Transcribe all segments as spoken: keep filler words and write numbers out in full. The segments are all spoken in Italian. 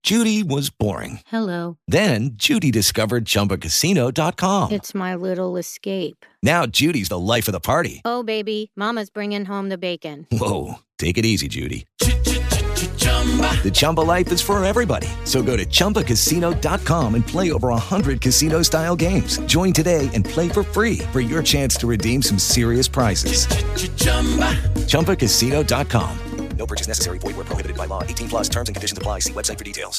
Judy was boring. Hello. Then Judy discovered Chumba Casino dot com. It's my little escape. Now Judy's the life of the party. Oh, baby, mama's bringing home the bacon. Whoa, take it easy, Judy. The Chumba life is for everybody. So go to Chumba Casino dot com and play over one hundred casino-style games. Join today and play for free for your chance to redeem some serious prizes. Chumba Casino dot com. No purchase necessary. Void where prohibited by law. eighteen plus terms and conditions apply. See website for details.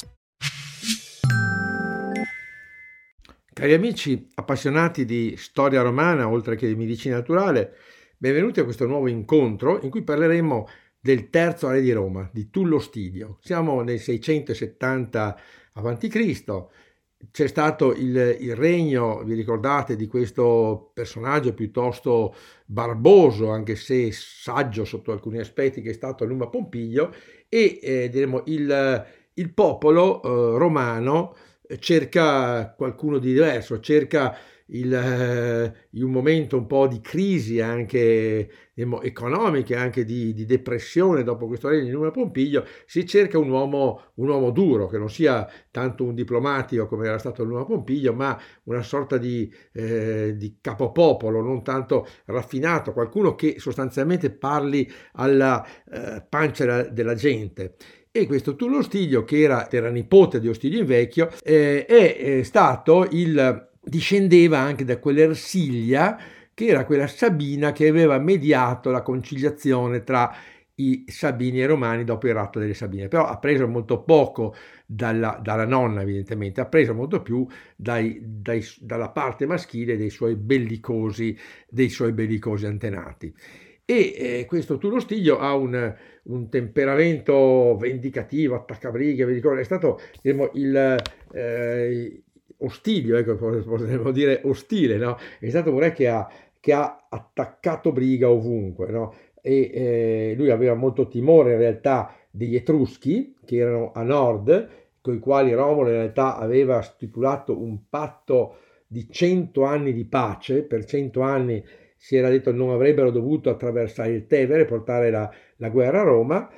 Cari amici appassionati di storia romana, oltre che di medicina naturale, benvenuti a questo nuovo incontro in cui parleremo del terzo re di Roma, di Tullo Stidio. Siamo nel seicentosettanta avanti Cristo C'è stato il, il regno, vi ricordate, di questo personaggio piuttosto barboso, anche se saggio sotto alcuni aspetti, che è stato Numa Pompilio, e eh, diremo il, il popolo eh, romano cerca qualcuno di diverso, cerca il, eh, in un momento un po' di crisi anche diciamo, economica, anche di, di depressione dopo questo regno di Numa Pompilio, si cerca un uomo, un uomo duro, che non sia tanto un diplomatico come era stato Numa Pompilio, ma una sorta di, eh, di capopopolo, non tanto raffinato, qualcuno che sostanzialmente parli alla eh, pancia della gente. E questo Tullo Stidio, che era, era nipote di Ostidio il Vecchio, eh, è, è stato il discendeva anche da quell'Ersilia che era quella Sabina che aveva mediato la conciliazione tra i Sabini e i Romani dopo il ratto delle Sabine. Però ha preso molto poco dalla, dalla nonna, evidentemente, ha preso molto più dai, dai, dalla parte maschile dei suoi bellicosi, dei suoi bellicosi antenati. E eh, questo Tullo Stidio ha un, un temperamento vendicativo, attaccabrighe, vi ricordo, è stato diciamo, il eh, Ostilio, ecco, potremmo dire ostile, no? È stato un re che ha, che ha attaccato briga ovunque, no? E eh, lui aveva molto timore in realtà degli Etruschi, che erano a nord, con i quali Romolo in realtà aveva stipulato un patto di cento anni di pace. Per cento anni si era detto non avrebbero dovuto attraversare il Tevere, portare la, la guerra a Roma,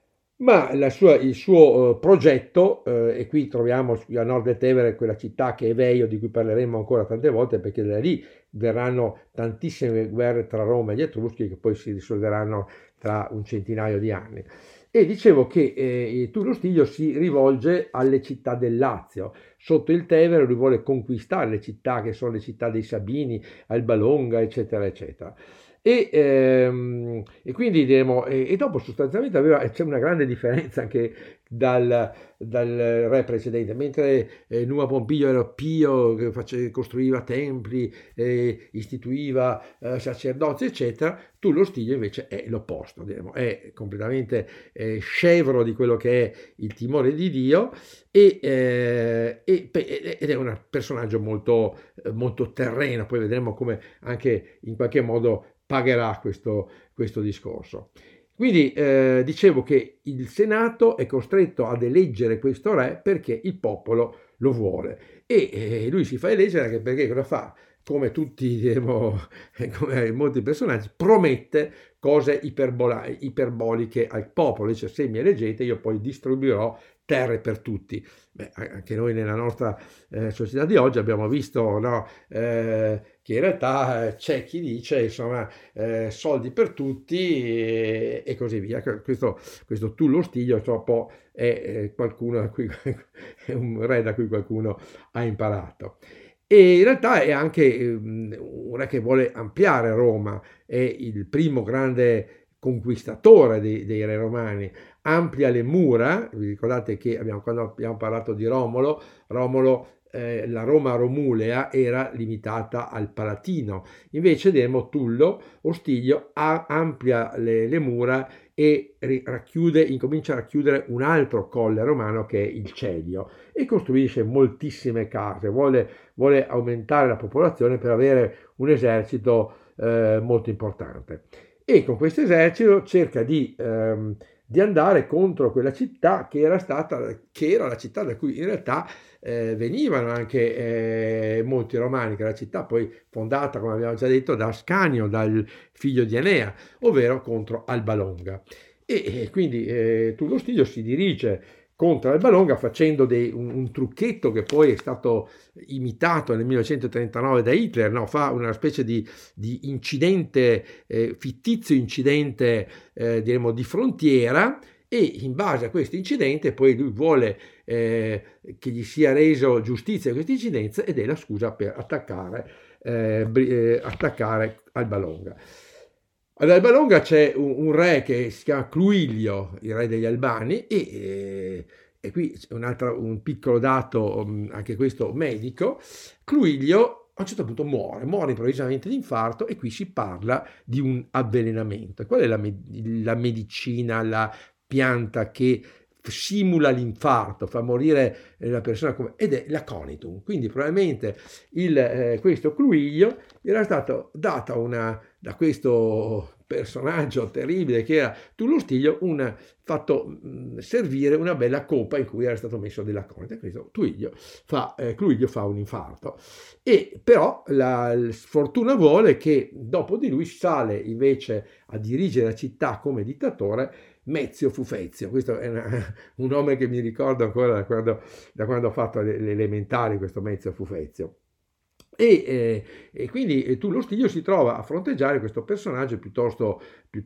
ma la sua, il suo uh, progetto, uh, e qui troviamo a nord del Tevere quella città che è Veio, di cui parleremo ancora tante volte, perché da lì verranno tantissime guerre tra Roma e gli Etruschi che poi si risolveranno tra un centinaio di anni. E dicevo che eh, Tullo Stidio si rivolge alle città del Lazio. Sotto il Tevere lui vuole conquistare le città che sono le città dei Sabini, Alba Longa, eccetera, eccetera. E, ehm, e quindi diremo, e, e dopo sostanzialmente aveva, c'è una grande differenza anche dal, dal re precedente. Mentre eh, Numa Pompilio era pio, che face, costruiva templi, eh, istituiva eh, sacerdoti, eccetera, Tullo Stidio invece è l'opposto, diremo, è completamente eh, scevro di quello che è il timore di Dio, e, eh, e, ed è un personaggio molto, molto terreno. Poi vedremo come anche in qualche modo pagherà questo, questo discorso. Quindi eh, dicevo che il Senato è costretto ad eleggere questo re perché il popolo lo vuole, e eh, lui si fa eleggere anche perché cosa fa? Come tutti, diciamo, come molti personaggi, promette cose iperbola, iperboliche al popolo. Dice: se mi eleggete io poi distribuirò terre per tutti. Beh, anche noi nella nostra eh, società di oggi abbiamo visto, no, eh, che in realtà eh, c'è chi dice insomma eh, soldi per tutti e, e così via. Questo, questo Tullo Stidio troppo è eh, qualcuno da cui, è un re da cui qualcuno ha imparato. E in realtà è anche um, un re che vuole ampliare Roma, è il primo grande conquistatore dei, dei re romani, amplia le mura. Vi ricordate che abbiamo, quando abbiamo parlato di Romolo, Romolo eh, la Roma Romulea era limitata al Palatino, invece Demo Tullo Stidio amplia le, le mura e racchiude, incomincia a racchiudere un altro colle romano che è il Celio, e costruisce moltissime case, vuole, vuole aumentare la popolazione per avere un esercito eh, molto importante. E con questo esercito cerca di, ehm, di andare contro quella città che era stata, che era la città da cui in realtà eh, venivano anche eh, molti romani, che era la città poi fondata, come abbiamo già detto, da Ascanio, dal figlio di Enea, ovvero contro Alba Longa. E, e quindi eh, Tullo Stidio si dirige contro Alba Longa facendo dei, un, un trucchetto che poi è stato imitato nel millenovecentotrentanove da Hitler, no? Fa una specie di, di incidente, eh, fittizio incidente eh, diremo di frontiera, e in base a questo incidente poi lui vuole eh, che gli sia reso giustizia di questa incidenza, ed è la scusa per attaccare, eh, eh, attaccare Alba Longa. Ad Alba Longa c'è un, un re che si chiama Cluilio, il re degli Albani, e, e, e qui c'è un, altro, un piccolo dato, anche questo medico. Cluilio a un certo punto muore, muore improvvisamente di infarto, e qui si parla di un avvelenamento. Qual è la, la medicina, la pianta che simula l'infarto, fa morire la persona come, ed è l'aconitum. Quindi probabilmente il, eh, questo Cluilio era stato data una, da questo personaggio terribile che era Tullo Stiglio, un fatto mh, servire una bella coppa in cui era stato messo dell'aconitum. Questo Cluilio fa, eh, Cluilio fa un infarto, e però la, la sfortuna vuole che dopo di lui sale invece a dirigere la città come dittatore Mezio Fufezio. Questo è una, un nome che mi ricordo ancora da quando, da quando ho fatto le, le elementari, questo Mezio Fufezio. E, eh, e quindi Tullo Stiglio si trova a fronteggiare questo personaggio piuttosto,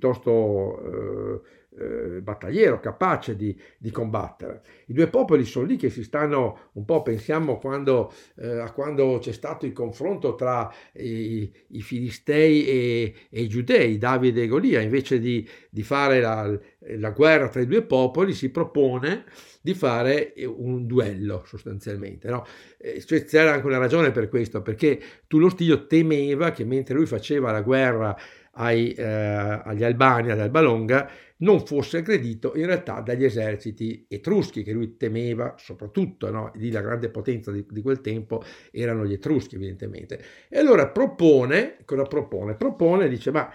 piuttosto eh, eh, battagliero, capace di, di combattere. I due popoli sono lì che si stanno un po', pensiamo quando, eh, a quando c'è stato il confronto tra i, i Filistei e, e i Giudei, Davide e Golia. Invece di, di fare la, la guerra tra i due popoli, si propone di fare un duello sostanzialmente, no? Eh, cioè, c'era anche una ragione per questo, perché Tullo Stiglio temeva che mentre lui faceva la guerra ai, eh, agli Albani, ad Alba Longa, non fosse aggredito in realtà dagli eserciti etruschi, che lui temeva soprattutto, no? Lì la grande potenza di, di quel tempo erano gli etruschi, evidentemente. E allora propone, cosa propone? Propone, dice, ma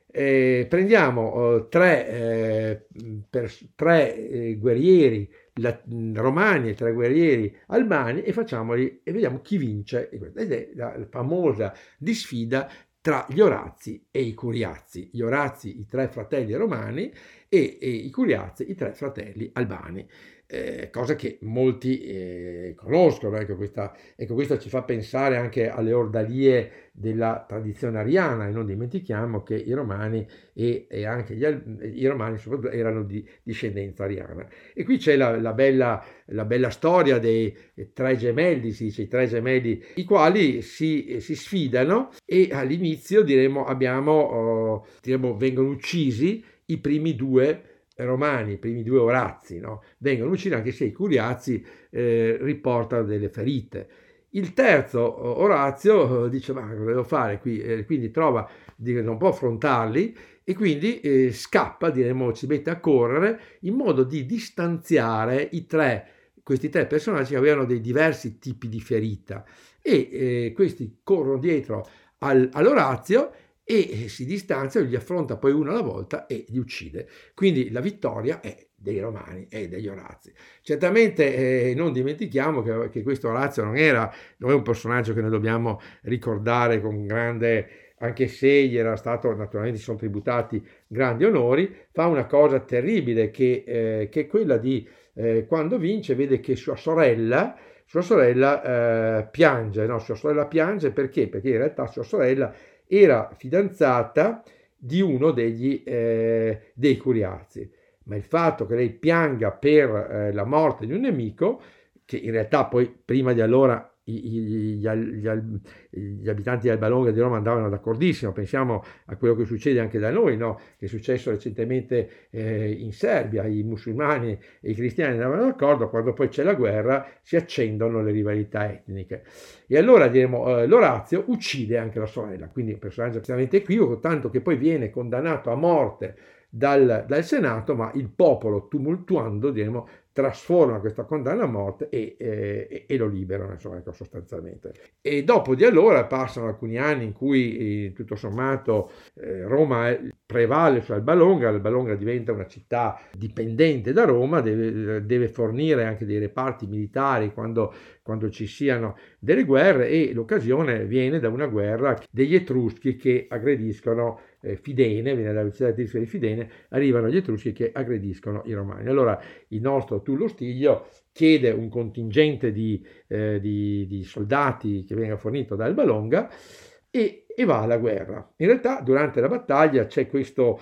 eh, prendiamo eh, tre, eh, per, tre eh, guerrieri La, romani e tre guerrieri albani e facciamoli e vediamo chi vince, ed è la famosa di sfida tra gli Orazi e i Curiazi. Gli Orazi, i tre fratelli romani, e, e i Curiazi, i tre fratelli albani. Eh, cosa che molti eh, conoscono. Ecco, questa, ecco, questo ci fa pensare anche alle ordalie della tradizione ariana, e non dimentichiamo che i romani e, e anche gli, i romani soprattutto erano di discendenza ariana. E qui c'è la, la, bella, la bella storia dei tre gemelli, si dice i tre gemelli, i quali si, si sfidano, e all'inizio diremo abbiamo, oh, diremo, vengono uccisi i primi due romani, i primi due Orazi, no? Vengono uccisi, anche se i Curiazi eh, riportano delle ferite. Il terzo Orazio eh, dice, ma cosa devo fare qui? Eh, quindi trova, non può affrontarli, e quindi eh, scappa, diremo, si mette a correre in modo di distanziare i tre, questi tre personaggi che avevano dei diversi tipi di ferita, e eh, questi corrono dietro al, all'Orazio e si distanzia, li affronta poi uno alla volta e li uccide. Quindi la vittoria è dei Romani e degli Orazi. Certamente eh, non dimentichiamo che, che questo Orazio non era, non è un personaggio che noi dobbiamo ricordare con grande, anche se gli era stato, naturalmente sono tributati grandi onori, fa una cosa terribile che, eh, che è quella di, eh, quando vince, vede che sua sorella, sua sorella eh, piange, no? Sua sorella piange perché? Perché in realtà sua sorella era fidanzata di uno degli, eh, dei Curiazi, ma il fatto che lei pianga per eh, la morte di un nemico, che in realtà poi prima di allora gli, gli, gli, gli abitanti di Alba Longa e di Roma andavano d'accordissimo, pensiamo a quello che succede anche da noi, no? Che è successo recentemente eh, in Serbia, i musulmani e i cristiani andavano d'accordo, quando poi c'è la guerra si accendono le rivalità etniche. E allora diremo, eh, l'Orazio uccide anche la sorella, quindi un personaggio estremamente equivoco, tanto che poi viene condannato a morte dal, dal Senato, ma il popolo, tumultuando, diremo, trasforma questa condanna a morte e, e, e lo liberano, insomma, sostanzialmente. E dopo di allora passano alcuni anni in cui eh, tutto sommato eh, Roma prevale su Alba Longa, Alba Longa diventa una città dipendente da Roma, deve, deve fornire anche dei reparti militari quando, quando ci siano delle guerre, e l'occasione viene da una guerra degli Etruschi che aggrediscono eh, Fidene, viene dalla città di Fidene, arrivano gli Etruschi che aggrediscono i Romani. Allora il nostro Tullo Stiglio chiede un contingente di, eh, di, di soldati che venga fornito da Alba Longa e, e va alla guerra. In realtà durante la battaglia c'è questo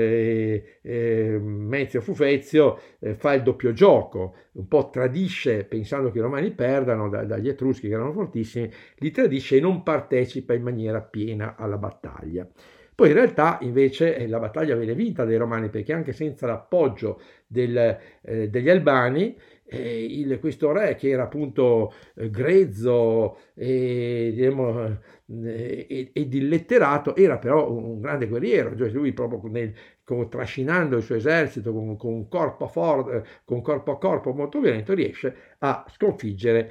eh, eh, Mezio Fufezio, eh, fa il doppio gioco, un po' tradisce pensando che i Romani perdano da, dagli Etruschi che erano fortissimi, li tradisce e non partecipa in maniera piena alla battaglia. Poi in realtà invece la battaglia viene vinta dai Romani, perché anche senza l'appoggio del, eh, degli Albani, eh, il, questo re che era appunto eh, grezzo e, diciamo, eh, ed illetterato, era però un, un grande guerriero, cioè lui proprio nel, con, trascinando il suo esercito con, con, un corpo forte, con corpo a corpo molto violento, riesce a sconfiggere,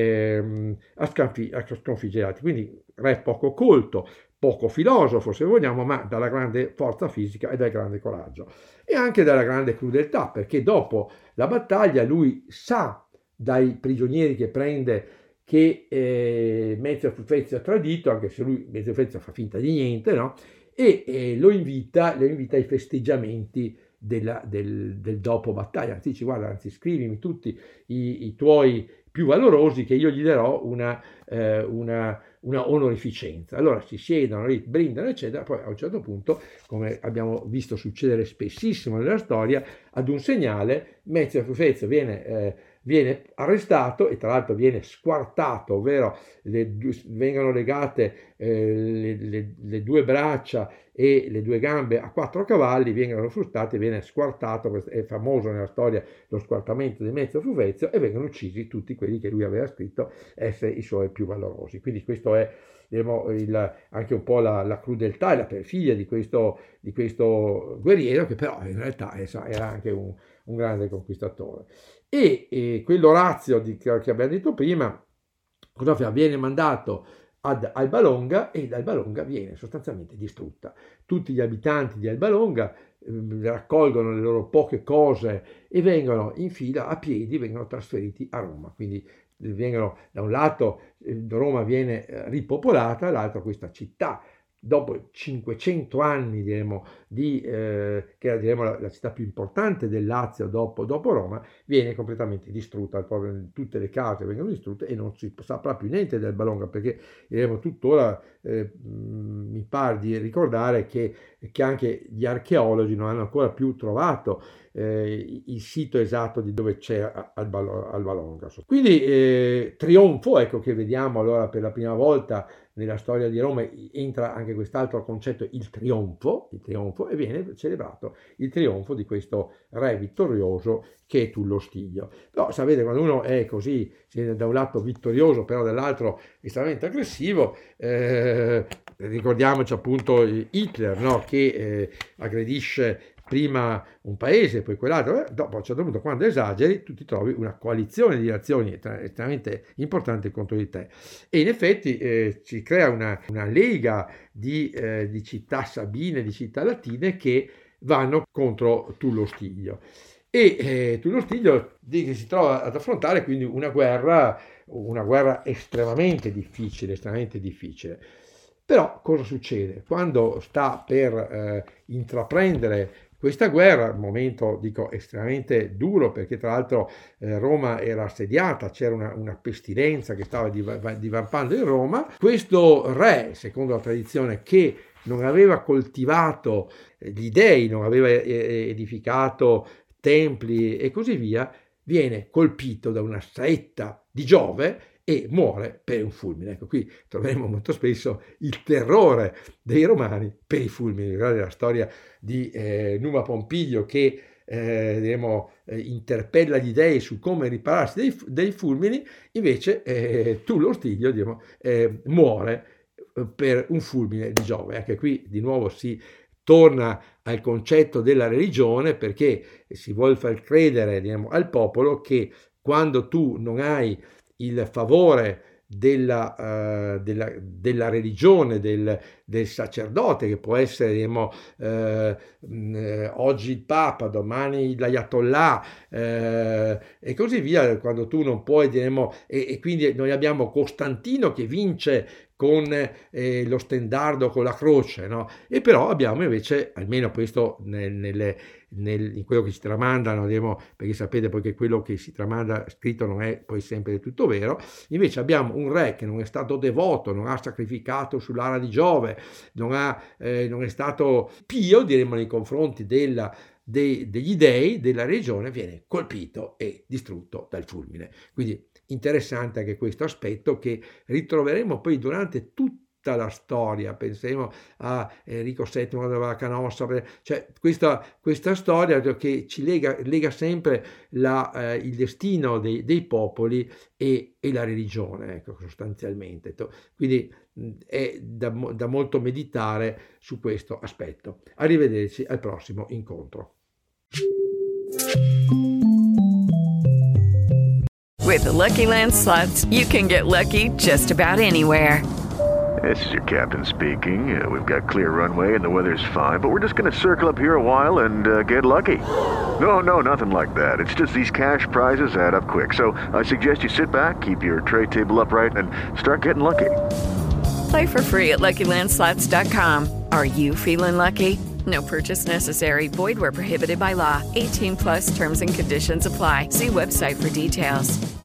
eh, a, sconfi- a sconfiggere altri. Quindi re poco colto, poco filosofo se vogliamo, ma dalla grande forza fisica e dal grande coraggio e anche dalla grande crudeltà, perché dopo la battaglia lui sa dai prigionieri che prende che eh, Mezio Fufezio ha tradito, anche se lui Mezio Fufezio fa finta di niente, no? E eh, lo invita, lo invita ai festeggiamenti della, del, del dopo battaglia, anzi dice guarda, anzi scrivimi tutti i, i tuoi più valorosi che io gli darò una, eh, una, una onorificenza. Allora si siedono lì, brindano eccetera, poi a un certo punto, come abbiamo visto succedere spessissimo nella storia, ad un segnale Mezio Fufezio viene, eh, viene arrestato e tra l'altro viene squartato, ovvero le, vengono legate eh, le, le, le due braccia e le due gambe a quattro cavalli, vengono frustati e viene squartato, è famoso nella storia lo squartamento di Mezio Fufezio, e vengono uccisi tutti quelli che lui aveva scritto essere i suoi più valorosi. Quindi questo è diciamo, il, anche un po' la, la crudeltà e la perfidia di questo, di questo guerriero, che però in realtà era anche un, un grande conquistatore. E, e quell'Orazio di, che abbiamo detto prima, cosa fa? Viene mandato ad Alba Longa e Alba Longa viene sostanzialmente distrutta. Tutti gli abitanti di Alba Longa eh, raccolgono le loro poche cose e vengono in fila a piedi, vengono trasferiti a Roma. Quindi vengono, da un lato eh, Roma viene eh, ripopolata, dall'altro questa città dopo cinquecento anni diremo, di, eh, che era diremo, la, la città più importante del Lazio dopo, dopo Roma, viene completamente distrutta, proprio tutte le case vengono distrutte e non si saprà più niente del Alba Longa, perché diremo tuttora eh, mi pare di ricordare che, che anche gli archeologi non hanno ancora più trovato eh, il sito esatto di dove c'è Alba, Alba Longa. Quindi eh, trionfo, ecco, che vediamo allora per la prima volta nella storia di Roma, entra anche quest'altro concetto, il trionfo, il trionfo, e viene celebrato il trionfo di questo re vittorioso che è Tullo Stiglio. Però sapete, quando uno è così, da un lato vittorioso, però dall'altro estremamente aggressivo, eh, ricordiamoci appunto Hitler, no? che eh, aggredisce prima un paese, poi quell'altro, eh, dopo a un certo punto, quando esageri, tu ti trovi una coalizione di azioni estremamente importanti contro di te. E in effetti eh, si crea una, una lega di, eh, di città sabine, di città latine che vanno contro Tullo Stiglio. E eh, Tullo Stiglio che si trova ad affrontare quindi una guerra, una guerra estremamente difficile, estremamente difficile. Però cosa succede? Quando sta per eh, intraprendere questa guerra, un momento dico estremamente duro, perché tra l'altro eh, Roma era assediata, c'era una, una pestilenza che stava divampando in Roma, questo re, secondo la tradizione, che non aveva coltivato gli dei, non aveva edificato templi e così via, viene colpito da una saetta di Giove e muore per un fulmine. Ecco, qui troveremo molto spesso il terrore dei romani per i fulmini. Guardate la storia di eh, Numa Pompilio che eh, diremo, eh, interpella gli dei su come ripararsi dei, dei fulmini, invece eh, Tullo Stiglio diremo, eh, muore per un fulmine di Giove. Anche qui di nuovo si torna al concetto della religione, perché si vuol far credere diremo, al popolo che quando tu non hai il favore della, uh, della, della religione, del, del sacerdote, che può essere diciamo, eh, mh, oggi il Papa, domani l'Ayatollah eh, e così via, quando tu non puoi, diciamo, e, e quindi noi abbiamo Costantino che vince con eh, lo stendardo, con la croce, no? E però abbiamo invece, almeno questo nel, nelle, nel, in quello che si tramandano, diciamo, perché sapete poi che quello che si tramanda scritto non è poi sempre del tutto vero, invece abbiamo un re che non è stato devoto, non ha sacrificato sull'ara di Giove, non, ha, eh, non è stato pio, diremmo, nei confronti della De, degli dei della regione, viene colpito e distrutto dal fulmine. Quindi interessante anche questo aspetto che ritroveremo poi durante tutta la storia. Pensiamo a Enrico settimo della Canossa, cioè questa, questa storia che ci lega, lega sempre la, eh, il destino dei, dei popoli e, e la religione, ecco, sostanzialmente. Quindi è da, da molto meditare su questo aspetto. Arrivederci al prossimo incontro. With the Lucky Land Slots, you can get lucky just about anywhere. This is your captain speaking. Uh, we've got clear runway and the weather's fine, but we're just going to circle up here a while and uh, get lucky. No, no, nothing like that. It's just these cash prizes add up quick. So I suggest you sit back, keep your tray table upright, and start getting lucky. Play for free at Lucky Land Slots dot com. Are you feeling lucky? No purchase necessary. Void where prohibited by law. eighteen plus terms and conditions apply. See website for details.